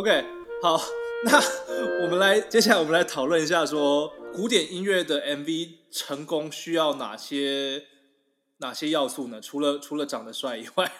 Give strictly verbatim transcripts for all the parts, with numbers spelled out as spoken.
OK， 好，那我们来接下来我们来讨论一下说古典音乐的 M V 成功需要哪些哪些要素呢？除了除了长得帅以外，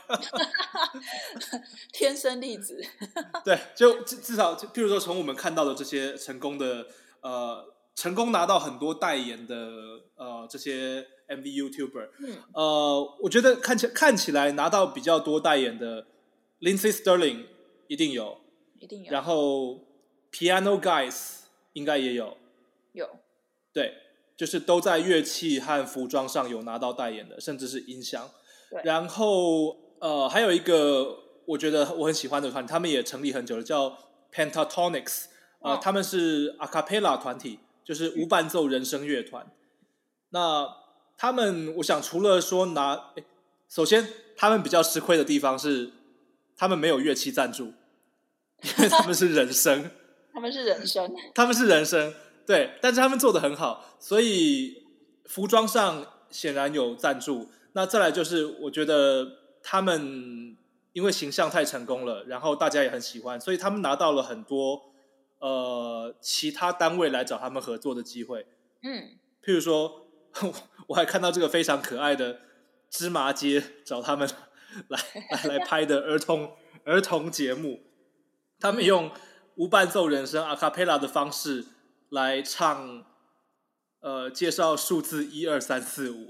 天生丽质。 对，就至少譬如说从我们看到的这些成功的呃成功拿到很多代言的呃这些 M V YouTuber， 嗯， 呃，我觉得看起看起来拿到比较多代言的 Lindsey Sterling 一定有。 一定有， 然后 Piano Guys 应该也有， 有， 对，就是都在乐器和服装上有拿到代言的，甚至是音响。 对， 然后呃，还有一个我觉得我很喜欢的团，他们也成立很久了，叫 Pentatonix，呃， 哦、 他们是 a cappella 团体，就是无伴奏人声乐团。那他们，我想除了说拿，首先他们比较吃亏的地方是，他们没有乐器赞助。因为他们是人声， 他们是人声， 他们是人声，对，但是他们做得很好，所以服装上显然有赞助。那再来就是，我觉得他们因为形象太成功了，然后大家也很喜欢，所以他们拿到了很多呃其他单位来找他们合作的机会。 嗯， 譬如说，我还看到这个非常可爱的芝麻街找他们来来来拍的儿童儿童节目。他们用无伴奏人声 a cappella 的方式来唱，呃，介绍数字一二三四五，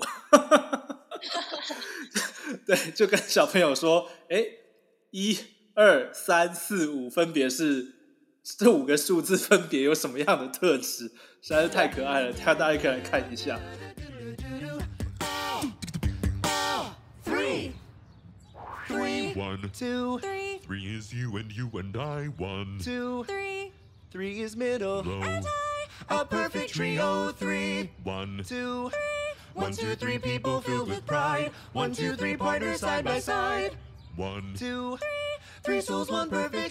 对，就跟小朋友说，哎，一二三四五分别是这五个数字分别有什么样的特质，实在是太可爱了，大家可以来看一下。 One, two, three. Three is you and you and I. One, two, three. Three is middle low. And I. A perfect trio. Three. One, two, three. One, two, three people filled with pride. One, two, three partners side by side. One, two, three. Three souls, one perfect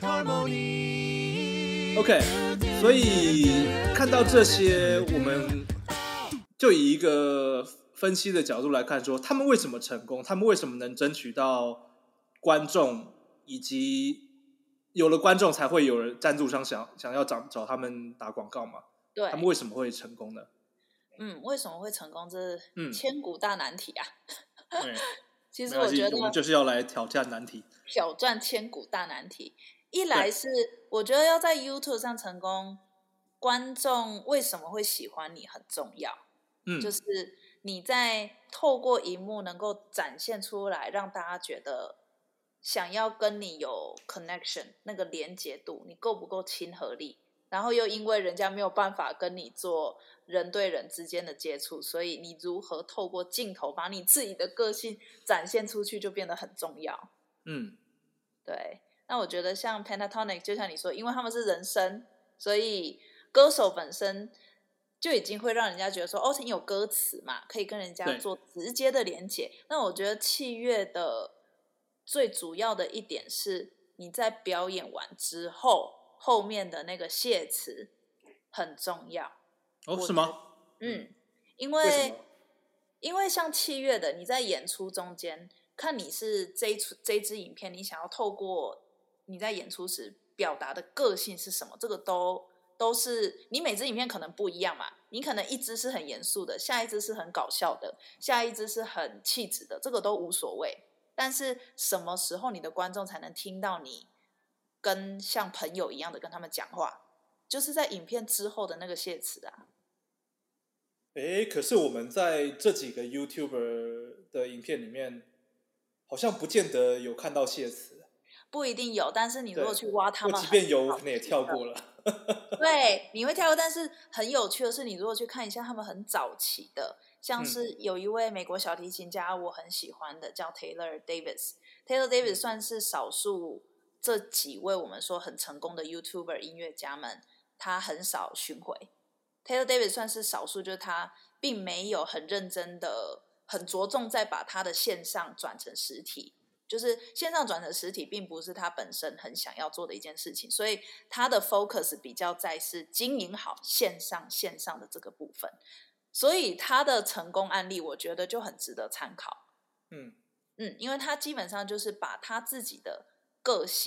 harmony. OK， 所以看到这些，我们就以一个分析的角度来看说，他们为什么成功，他们为什么能争取到观众，以及有了观众才会有人赞助商想想要找找他们打广告嘛？ 对， 他们为什么会成功呢？ 嗯，为什么会成功？这是千古大难题啊！ 嗯、 其实我觉得我们就是要来挑战难题， 挑战千古大难题。一来是我觉得要在 YouTube 上成功，观众为什么会喜欢你很重要。嗯，就是你在透过荧幕能够展现出来，让大家觉得想要跟你有 connection， 那个连结度，你够不够亲和力？然后又因为人家没有办法跟你做人对人之间的接触，所以你如何透过镜头把你自己的个性展现出去，就变得很重要。嗯，对。那我觉得像 Pentatonix， 就像你说，因为他们是人声，所以歌手本身就已经会让人家觉得说，哦，你有歌词嘛，可以跟人家做直接的连结。那我觉得器乐的最主要的一点是，你在表演完之后，后面的那个谢词很重要。 哦，是吗？ 嗯，因为, 为因为像器乐的，你在演出中间看你是这一出这一支影片，你想要透过你在演出时表达的个性是什么，这个都都是你每支影片可能不一样嘛，你可能一支是很严肃的，下一支是很搞笑的，下一支是很气质的，这个都无所谓。但是什么时候你的观众才能听到你跟像朋友一样的跟他们讲话，就是在影片之后的那个谢词啊。 诶，可是我们在这几个 YouTuber 的影片里面好像不见得有看到谢词。 不一定有，但是你如果去挖他们， 即便有可能也跳过了。 对，你会跳过，但是很有趣的是，你如果去看一下他们很早期的，像是有一位美国小提琴家我很喜欢的，叫 Taylor Davis。 Taylor Davis 算是少数这几位我们说很成功的 YouTuber 音乐家们，他很少巡回。 Taylor Davis 算是少数，就是他并没有很认真的很着重在把他的线上转成实体，就是线上转成实体并不是他本身很想要做的一件事情，所以他的 focus 比较在是经营好线上线上的这个部分，所以他的成功案例我觉得就很值得参考。嗯嗯，因为他基本上就是把他自己的个性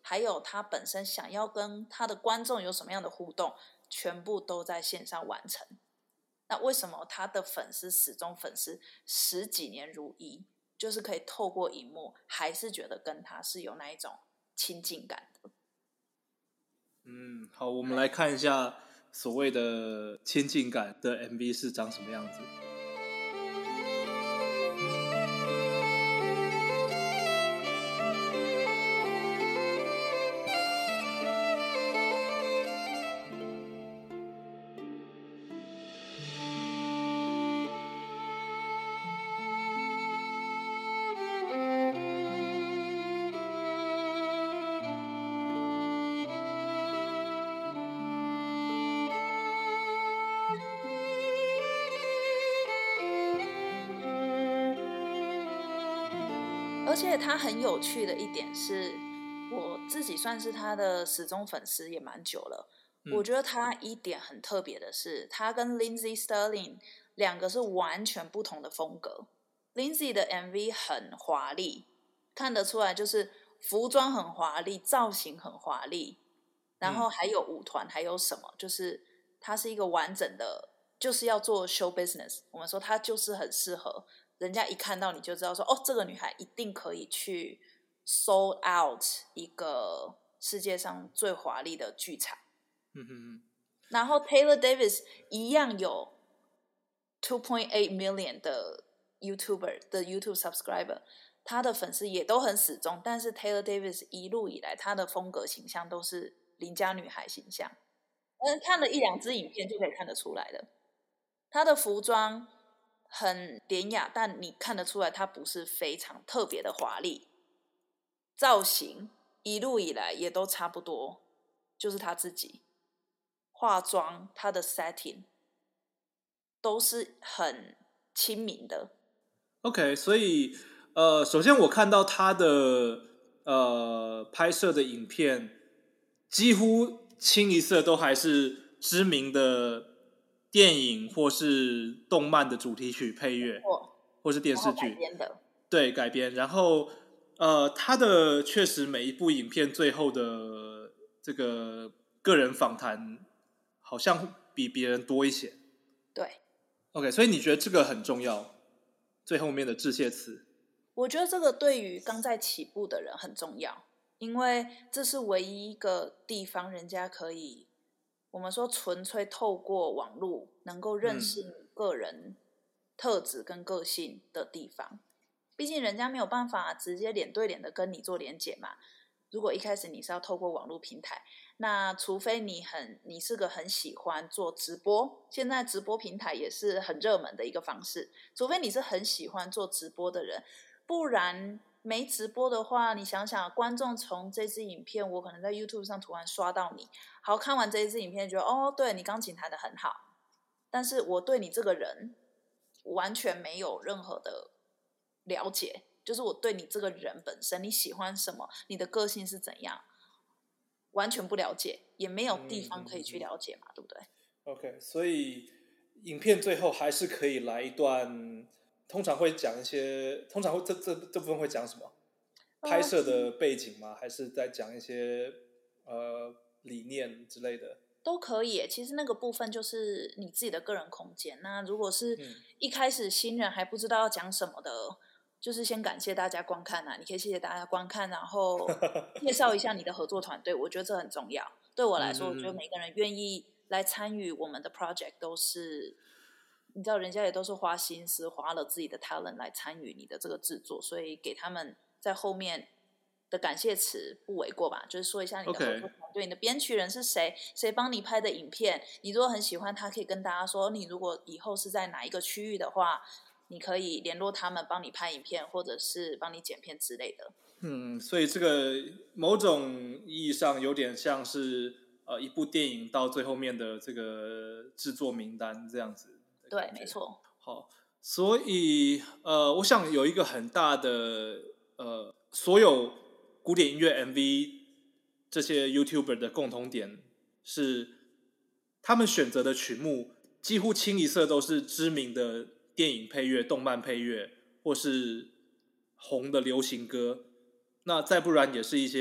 还有他本身想要跟他的观众有什么样的互动，全部都在线上完成。那为什么他的粉丝始终粉丝十几年如一，就是可以透过荧幕还是觉得跟他是有那一种亲近感的？ 嗯，好，我们来看一下所谓的亲近感的 M V 是长什么样子。 而且他很有趣的一点是，我自己算是他的死忠粉丝也蛮久了、嗯、我觉得他一点很特别的是，他跟 Lindsey Stirling 两个是完全不同的风格。 Lindsey 的 M V 很华丽，看得出来就是服装很华丽，造型很华丽，然后还有舞团，还有什么，就是他是一个完整的，就是要做 show business。 我们说他就是很适合人家一看到你就知道说，哦，这个女孩一定可以去 sold out 一个世界上最华丽的剧场。 嗯哼哼。 然后 Taylor Davis 一样有 two point eight million 的 YouTuber 的 YouTube subscriber， 他的粉丝也都很死忠，但是 Taylor Davis 一路以来他的风格形象都是邻家女孩形象，嗯，看了一两支影片就可以看得出来的。他的服装很典雅，但你看得出来它不是非常特别的华丽，造型一路以来也都差不多，就是他自己化妆，他的 setting 都是很亲民的。 OK， 所以呃，首先我看到他的呃拍摄的影片，几乎清一色都还是知名的电影或是动漫的主题曲配乐，或是电视剧改编的， 对，改编。然后呃，他的确实每一部影片最后的这个个人访谈好像比别人多一些。 对 OK， 所以你觉得这个很重要，最后面的致谢词？ 我觉得这个对于刚在起步的人很重要，因为这是唯一一个地方人家可以，我们说纯粹透过网络能够认识你个人特质跟个性的地方、嗯、毕竟人家没有办法直接脸对脸的跟你做连结嘛。如果一开始你是要透过网络平台，那除非你很你是个很喜欢做直播，现在直播平台也是很热门的一个方式，除非你是很喜欢做直播的人，不然没直播的话，你想想观众从这支影片，我可能在 YouTube 上突然刷到你，好，看完这一支影片觉得哦，对，你钢琴弹得很好，但是我对你这个人完全没有任何的了解，就是我对你这个人本身，你喜欢什么，你的个性是怎样，完全不了解，也没有地方可以去了解嘛、嗯、对不对？ OK， 所以影片最后还是可以来一段，通常会讲一些，通常会这这这部分会讲什么？拍摄的背景吗？还是在讲一些呃理念之类的？ 都可以耶，其实那个部分就是你自己的个人空间。那如果是一开始新人还不知道要讲什么的、嗯、就是先感谢大家观看啊，你可以谢谢大家观看，然后介绍一下你的合作团队我觉得这很重要。对我来说、嗯、我觉得每个人愿意来参与我们的 project 都是，你知道人家也都是花心思花了自己的 talent 来参与你的这个制作，所以给他们在后面的感谢词不为过吧，就是说一下你的合作团队、okay. 你的编曲人是谁，谁帮你拍的影片，你如果很喜欢他可以跟大家说，你如果以后是在哪一个区域的话，你可以联络他们帮你拍影片或者是帮你剪片之类的。 嗯，所以这个某种意义上有点像是呃一部电影到最后面的这个制作名单这样子。 对，没错。 好，所以呃我想有一个很大的呃所有古典音乐 M V 这些 YouTuber 的共同点是，他们选择的曲目几乎清一色都是知名的电影配乐、动漫配乐，或是红的流行歌。那再不然也是一些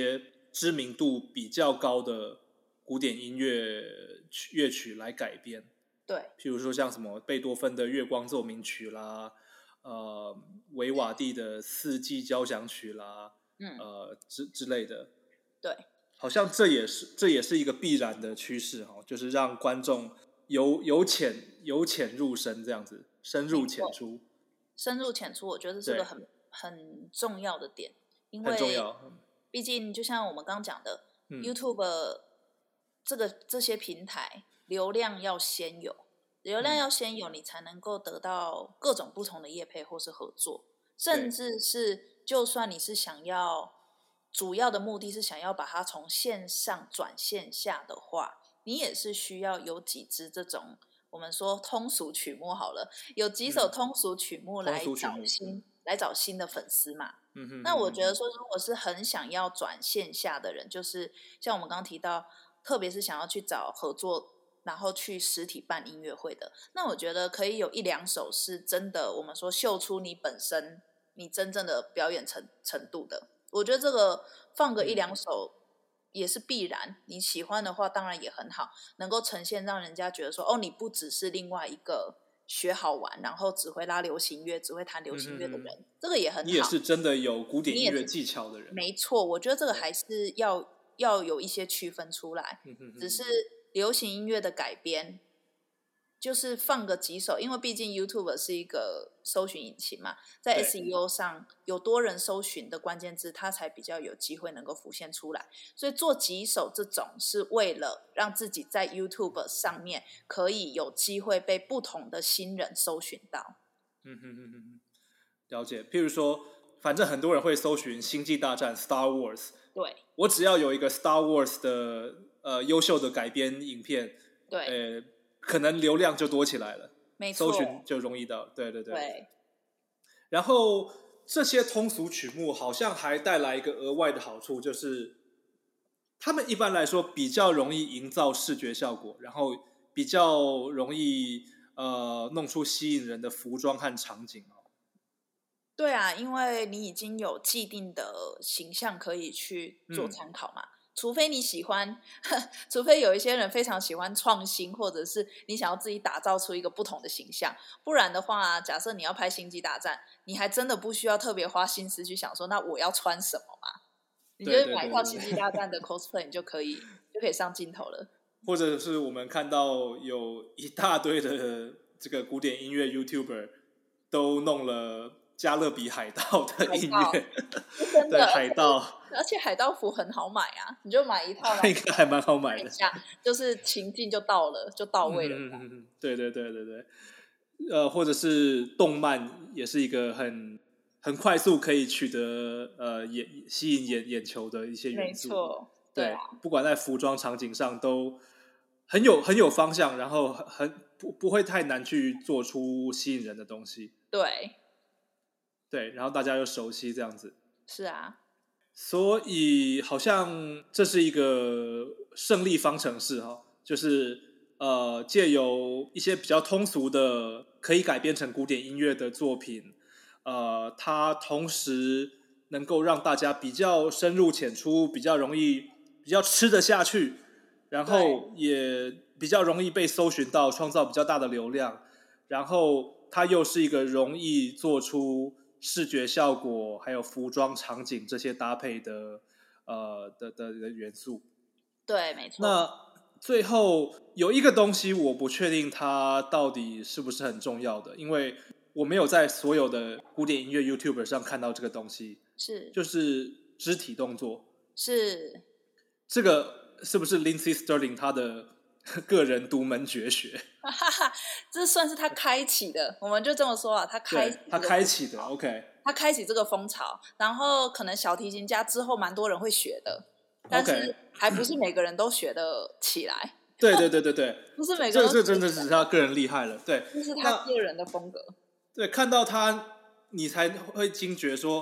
知名度比较高的古典音乐乐曲来改编。 对， 譬如说像什么贝多芬的《月光奏鸣曲》啦，呃，维瓦蒂的《四季交响曲》啦，嗯，呃之之类的。 对， 好像这也是这也是一个必然的趋势哈，就是让观众由由浅由浅入深这样子，深入浅出。 深入浅出，我觉得是个很很重要的点，因为很重要。 毕竟就像我们刚刚讲的、 嗯、 ，YouTube 这个这些平台流量要先有，流量要先有，嗯、你才能够得到各种不同的业配或是合作，甚至是就算你是想要主要的目的是想要把它从线上转线下的话，你也是需要有几支这种。我们说通俗曲目好了，有几首通俗曲目来找新、嗯、来找新的粉丝嘛。嗯哼，那我觉得说，如果是很想要转线下的人，就是像我们刚刚提到，特别是想要去找合作，然后去实体办音乐会的，那我觉得可以有一两首是真的，我们说秀出你本身你真正的表演程程度的。我觉得这个放个一两首。嗯也是必然，你喜欢的话当然也很好，能够呈现让人家觉得说，哦，你不只是另外一个学好玩然后只会拉流行乐只会弹流行乐的人、嗯、这个也很好， 你也是真的有古典音乐技巧的人。 没错，我觉得这个还是要要有一些区分出来、嗯、只是流行音乐的改编就是放个几首，因为毕竟 YouTube 是一个搜寻引擎嘛，在 S E O 上有多人搜寻的关键字，它才比较有机会能够浮现出来。所以做几首这种是为了让自己在 YouTube 上面可以有机会被不同的新人搜寻到。 嗯哼哼哼，了解。譬如说，反正很多人会搜寻《星际大战》Star Wars， 对， 我只要有一个 Star Wars 的呃优秀的改编影片， 对， 呃。可能流量就多起来了， 没错， 搜寻就容易到，对对 对, 对。 然后这些通俗曲目好像还带来一个额外的好处，就是他们一般来说比较容易营造视觉效果，然后比较容易呃弄出吸引人的服装和场景。 对啊，因为你已经有既定的形象可以去做参考嘛。嗯，除非你喜欢，除非有一些人非常喜欢创新，或者是你想要自己打造出一个不同的形象，不然的话，假设你要拍星际大战，你还真的不需要特别花心思去想说，那我要穿什么嘛？你就买一套星际大战的 cosplay， 你就可以就可以上镜头了。 或者是我们看到有一大堆的这个古典音乐 YouTuber 都弄了加勒比海盗的音乐，对，海盗， 而且海盗服很好买啊，你就买一套， 应该还蛮好买的， 就是情境就到了，就到位了。 嗯，对对对对对，呃，或者是动漫也是一个很很快速可以取得呃眼吸引眼眼球的一些元素， 没错， 对， 对啊， 不管在服装场景上都很有很有方向，然后很不不会太难去做出吸引人的东西， 对。 对，然后大家又熟悉这样子， 是啊， 所以好像这是一个胜利方程式哈，就是呃借由一些比较通俗的可以改编成古典音乐的作品，呃，它同时能够让大家比较深入浅出，比较容易比较吃得下去，然后也比较容易被搜寻到，创造比较大的流量，然后它又是一个容易做出视觉效果还有服装场景这些搭配的呃的的的元素。 对，没错。 那最后有一个东西我不确定它到底是不是很重要的，因为我没有在所有的古典音乐 YouTuber 上看到这个东西， 是就是肢体动作。 是这个是不是 Lindsey Stirling 他的个人独门绝学？ 这算是他开启的，我们就这么说啊，他开启他开启的 ，OK， 他开启这个风潮，然后可能小提琴家之后蛮多人会学的，但是还不是每个人都学得起来。 对对对对对， 不是每个人都学得起来， 这这真的只是他个人厉害了，对， 这是他个人的风格。 对，看到他，你才会惊觉说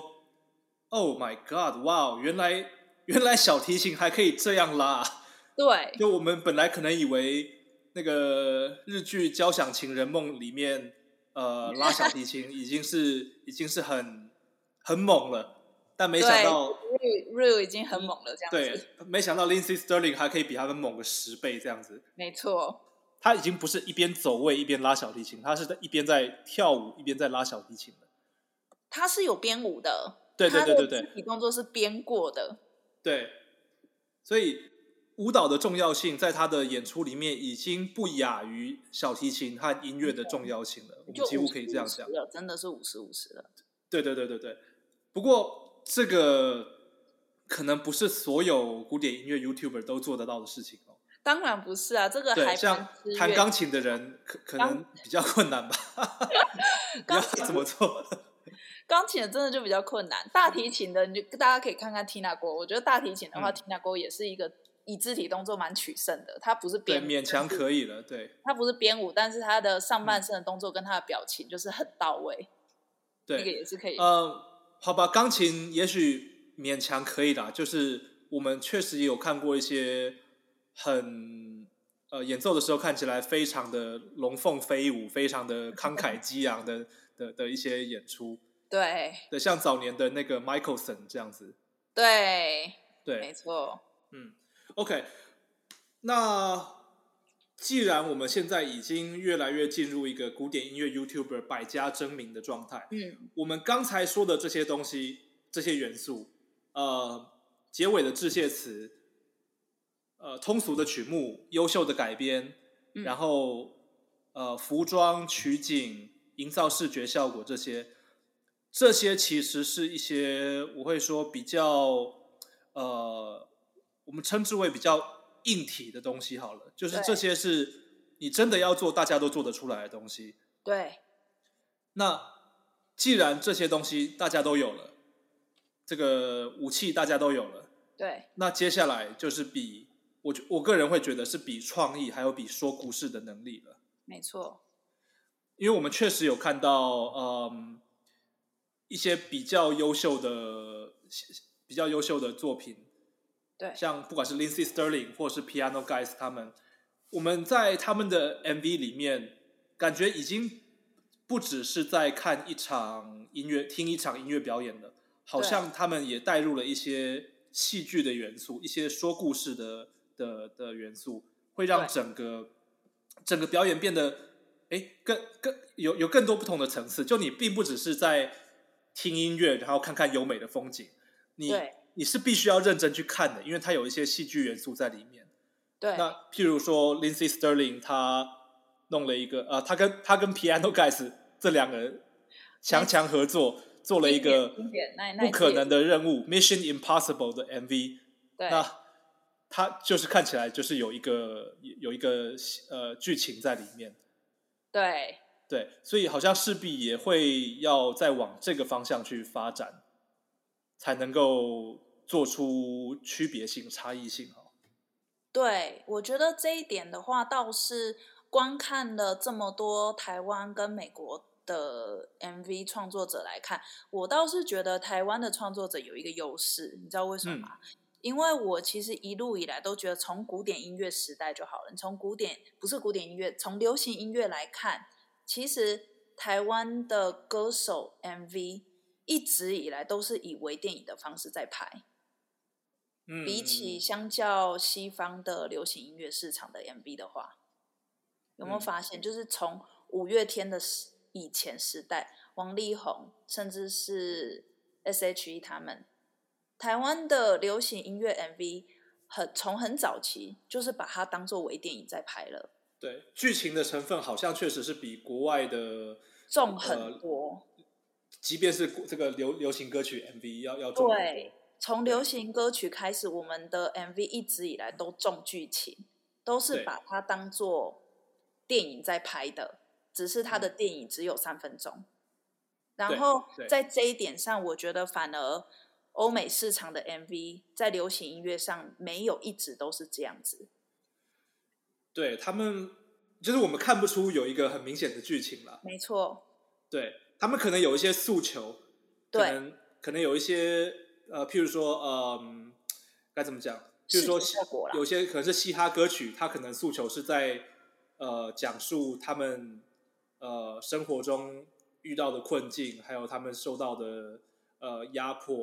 ，Oh my God， 哇、wow, 原来原来小提琴还可以这样拉。 对， 就我们本来可能以为那个日剧《交响情人梦》里面，呃，拉小提琴已经是已经是很很猛了， 但没想到 Ryu 已经很猛了，这样子。对，没想到 Lindsey Stirling 还可以比他们猛个十倍这样子。 没错， 他已经不是一边走位一边拉小提琴，他是一边在跳舞一边在拉小提琴的。 他是有编舞的， 对对对对对， 他的肢体动作是编过的。 对，所以舞蹈的重要性在他的演出里面已经不亚于小提琴和音乐的重要性了。我们几乎可以这样讲， 真的是五十五十了。 对对对对对，不过这个可能不是所有古典音乐 YouTuber 都做得到的事情哦。 当然不是啊，这个还像弹钢琴的人可可能比较困难吧，不要怎么做。 钢琴的真的就比较困难，大提琴的你就大家可以看看 Tina Guo， 我觉得大提琴的话、嗯、Tina Guo 也是一个以肢体动作蛮取胜的，他不是编舞， 对，勉强可以了，对， 他不是编舞，但是他的上半身的动作跟他的表情就是很到位， 对， 那个也是可以。 呃，好吧，钢琴也许勉强可以啦，就是我们确实也有看过一些很呃演奏的时候看起来非常的龙凤飞舞，非常的慷慨激昂的的的一些演出。 对对，像早年的那个 Michelson 这样子。 对对， 没错。 嗯 ，OK， 那既然我们现在已经越来越进入一个古典音乐 YouTuber 百家争鸣的状态， 嗯， 我们刚才说的这些东西，这些元素，呃，结尾的致谢词，呃，通俗的曲目，优秀的改编，嗯、然后呃，服装、取景、营造视觉效果这些。这些其实是一些我会说比较呃，我们称之为比较硬体的东西好了，就是这些是你真的要做大家都做得出来的东西。 对。 那既然这些东西大家都有了，这个武器大家都有了， 对。 那接下来就是比我我个人会觉得是比创意还有比说故事的能力了。 没错。 因为我们确实有看到嗯。一些比较优秀的、比较优秀的作品， 对， 像不管是 Lindsey Stirling 或是 Piano Guys 他们，我们在他们的 M V 里面，感觉已经不只是在看一场音乐、听一场音乐表演了，好像他们也带入了一些戏剧的元素，一些说故事的的的元素，会让整个整个表演变得，哎，更更有有更多不同的层次。就你并不只是在听音乐，然后看看优美的风景，你你是必须要认真去看的，因为它有一些戏剧元素在里面。 对， 那譬如说 Lindsey Stirling 他弄了一个呃，他跟他跟 Piano Guys 这两个人强强合作，做了一个不可能的任务 Mission Impossible 的 M V。 对， 那他就是看起来就是有一个有一个呃剧情在里面。 对。 对，所以好像势必也会要再往这个方向去发展，才能够做出区别性、差异性。 对，我觉得这一点的话，倒是观看了这么多台湾跟美国的 M V 创作者来看，我倒是觉得台湾的创作者有一个优势，你知道为什么吗？嗯，因为我其实一路以来都觉得，从古典音乐时代就好了，你从古典不是古典音乐，从流行音乐来看。其实台湾的歌手 M V 一直以来都是以微电影的方式在拍，嗯，比起相较西方的流行音乐市场的 M V 的话，有没有发现，就是从五月天的以前时代，王力宏甚至是 S H E 他们，台湾的流行音乐 M V 很从很早期就是把它当作微电影在拍了。 对，剧情的成分好像确实是比国外的重很多， 呃、即便是这个流流行歌曲 M V 要要重很多。 对，从流行歌曲开始，我们的 M V 一直以来都重剧情，都是把它当作电影在拍的，只是它的电影只有三分钟。然后在这一点上，我觉得反而欧美市场的 M V 在流行音乐上没有一直都是这样子。 对，他们就是我们看不出有一个很明显的剧情啦。 没错。 对，他们可能有一些诉求，可能可能有一些呃，譬如说呃，该怎么讲？譬如说有些可能是嘻哈歌曲，它可能诉求是在呃讲述他们呃生活中遇到的困境，还有他们受到的呃压迫，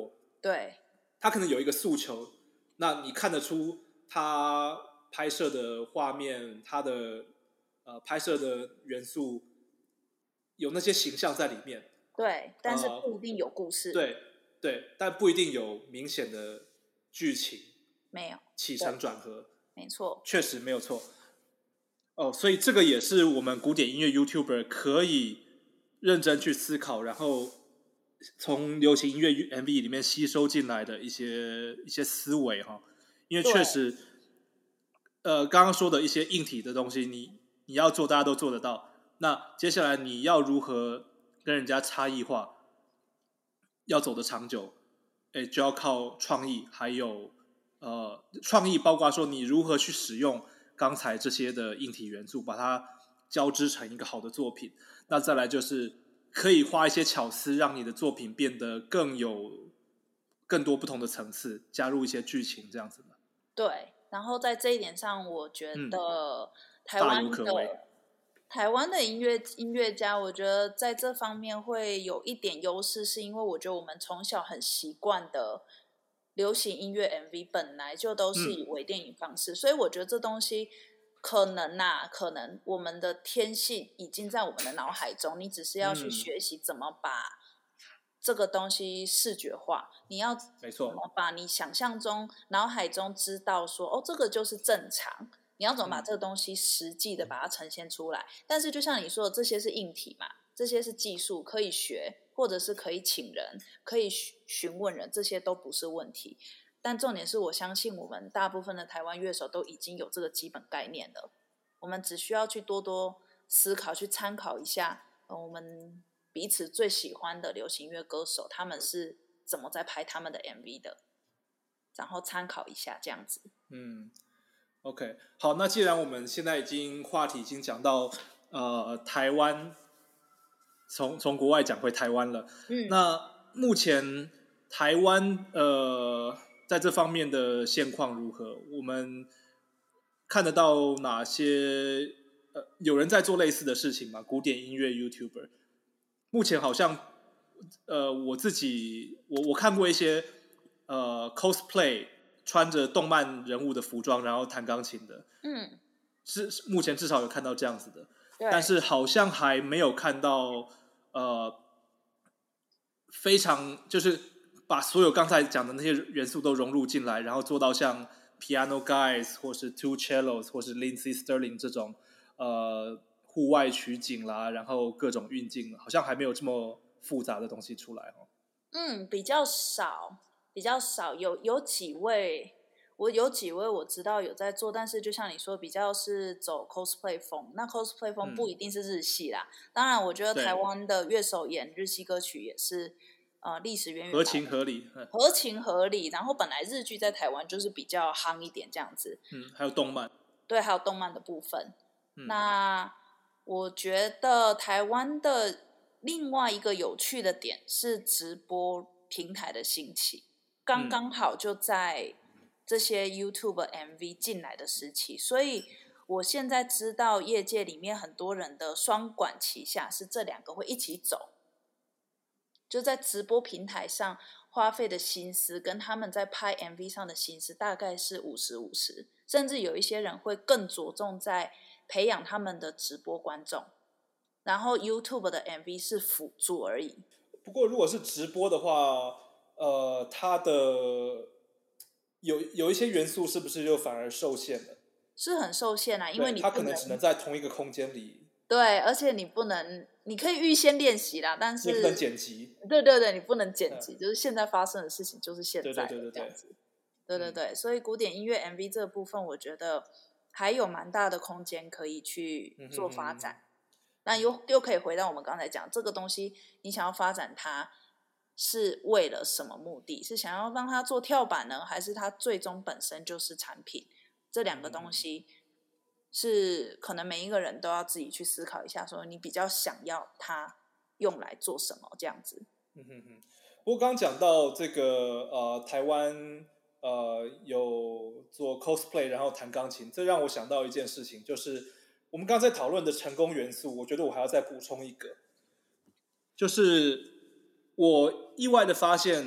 对， 他可能有一个诉求，那你看得出他拍摄的画面，他的呃拍摄的元素有那些形象在里面， 对，但是不一定有故事， 呃、对对，但不一定有明显的剧情， 没有起承转合， 没错， 确实没有错。哦，所以这个也是我们古典音乐 YouTuber 可以认真去思考，然后从流行音乐 M V 里面吸收进来的一些一些思维哈。因为确实，呃，刚刚说的一些硬体的东西，你你要做，大家都做得到。那接下来你要如何跟人家差异化，要走得长久，哎，就要靠创意，还有呃，创意包括说你如何去使用刚才这些的硬体元素，把它交织成一个好的作品。那再来就是可以花一些巧思，让你的作品变得更有更多不同的层次，加入一些剧情这样子的。 对，然后在这一点上，我觉得台湾嗯、大有可为。 台湾的音乐音乐家，我觉得在这方面会有一点优势，是因为我觉得我们从小很习惯的流行音乐 M V 本来就都是以微电影方式，嗯、所以我觉得这东西可能呐、啊，可能我们的天性已经在我们的脑海中，你只是要去学习怎么把这个东西视觉化，你要怎么把你想象中脑海中知道说，哦，这个就是正常。你要怎么把这个东西实际的把它呈现出来？嗯、但是就像你说的，这些是硬体嘛，这些是技术，可以学，或者是可以请人，可以询问人，这些都不是问题。但重点是我相信我们大部分的台湾乐手都已经有这个基本概念了，我们只需要去多多思考，去参考一下、呃、我们彼此最喜欢的流行乐歌手，他们是怎么在拍他们的 M V 的，然后参考一下这样子。 嗯。OK， 好，那既然我们现在已经话题已经讲到呃台湾，从从国外讲回台湾了， 嗯， 那目前台湾呃在这方面的现况如何？我们看得到哪些呃有人在做类似的事情吗？古典音乐 YouTuber 目前好像呃我自己我我看过一些呃 cosplay。穿着动漫人物的服装，然后弹钢琴的， 嗯， 是目前至少有看到这样子的， 对， 但是好像还没有看到呃非常就是把所有刚才讲的那些元素都融入进来，然后做到像 Piano Guys 或是 Two Cellos 或是 Lindsey Stirling 这种呃户外取景啦，然后各种运镜，好像还没有这么复杂的东西出来哦。 嗯，比较少。比较少，有有几位，我有几位我知道有在做，但是就像你说，比较是走 cosplay 风。那 cosplay 风不一定是日系啦，嗯、当然，我觉得台湾的乐手演日系歌曲也是呃历史渊源合情合理， 合情合理。然后本来日剧在台湾就是比较夯一点这样子， 嗯，还有动漫， 对，还有动漫的部分。 嗯、 那我觉得台湾的另外一个有趣的点是直播平台的兴起。刚刚好就在这些 YouTube M V 进来的时期，所以我现在知道业界里面很多人的双管齐下，是这两个会一起走，就在直播平台上花费的心思跟他们在拍 M V 上的心思大概是五十五十，甚至有一些人会更着重在培养他们的直播观众，然后 YouTube 的 M V 是辅助而已。 不过如果是直播的话，呃，它的有有一些元素是不是就反而受限了？ 是很受限啊，因为你它可能只能在同一个空间里。 对，而且你不能，你可以预先练习啦，但是你不能剪辑。 对对对，你不能剪辑，嗯、就是现在发生的事情就是现在的对对对对这样子。对对对，嗯、所以古典音乐 M V 这个部分，我觉得还有蛮大的空间可以去做发展。嗯、那又又可以回到我们刚才讲这个东西，你想要发展它。是为了什么目的？是想要让它做跳板呢，还是它最终本身就是产品？这两个东西是可能每一个人都要自己去思考一下，说你比较想要它用来做什么这样子。 嗯哼哼。不过刚刚讲到这个呃，台湾呃有做 cosplay 然后弹钢琴，这让我想到一件事情，就是我们刚才讨论的成功元素，我觉得我还要再补充一个，就是。我意外的发现，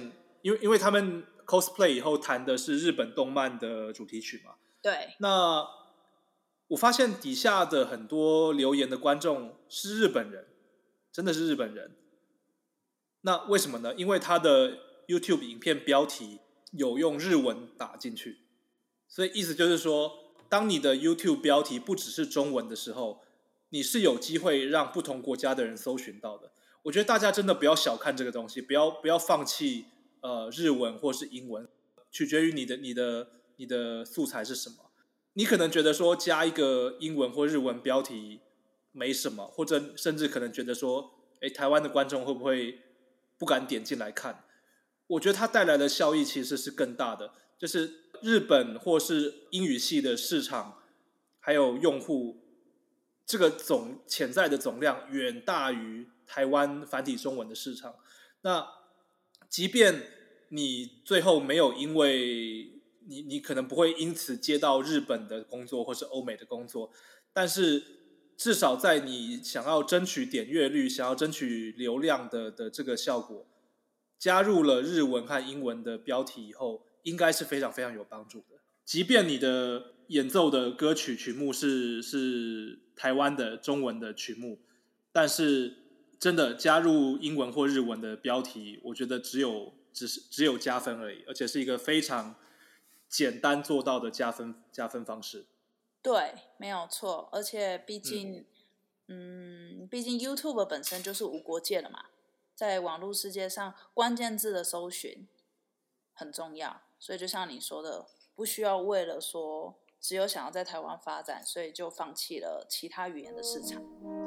因为因为他们 cosplay 以后弹的是日本动漫的主题曲嘛。 对。 那我发现底下的很多留言的观众是日本人，真的是日本人。那为什么呢？因为他的 YouTube 影片标题有用日文打进去，所以意思就是说，当你的 YouTube 标题不只是中文的时候，你是有机会让不同国家的人搜寻到的。我觉得大家真的不要小看这个东西，不要不要放弃呃日文或是英文，取决于你的你的你的素材是什么。你可能觉得说加一个英文或日文标题没什么，或者甚至可能觉得说，哎，台湾的观众会不会不敢点进来看？我觉得它带来的效益其实是更大的，就是日本或是英语系的市场还有用户，这个总潜在的总量远大于台湾繁体中文的市场。那即便你最后没有因为你你可能不会因此接到日本的工作或是欧美的工作，但是至少在你想要争取点阅率、想要争取流量的的这个效果，加入了日文和英文的标题以后，应该是非常非常有帮助的。即便你的演奏的歌曲曲目是是台湾的中文的曲目，但是真的加入英文或日文的标题，我觉得只有只是只有加分而已，而且是一个非常简单做到的加分加分方式。 对，没有错。而且毕竟，嗯，嗯毕竟 YouTube 本身就是无国界了嘛，在网络世界上，关键字的搜寻很重要。所以就像你说的，不需要为了说只有想要在台湾发展，所以就放弃了其他语言的市场。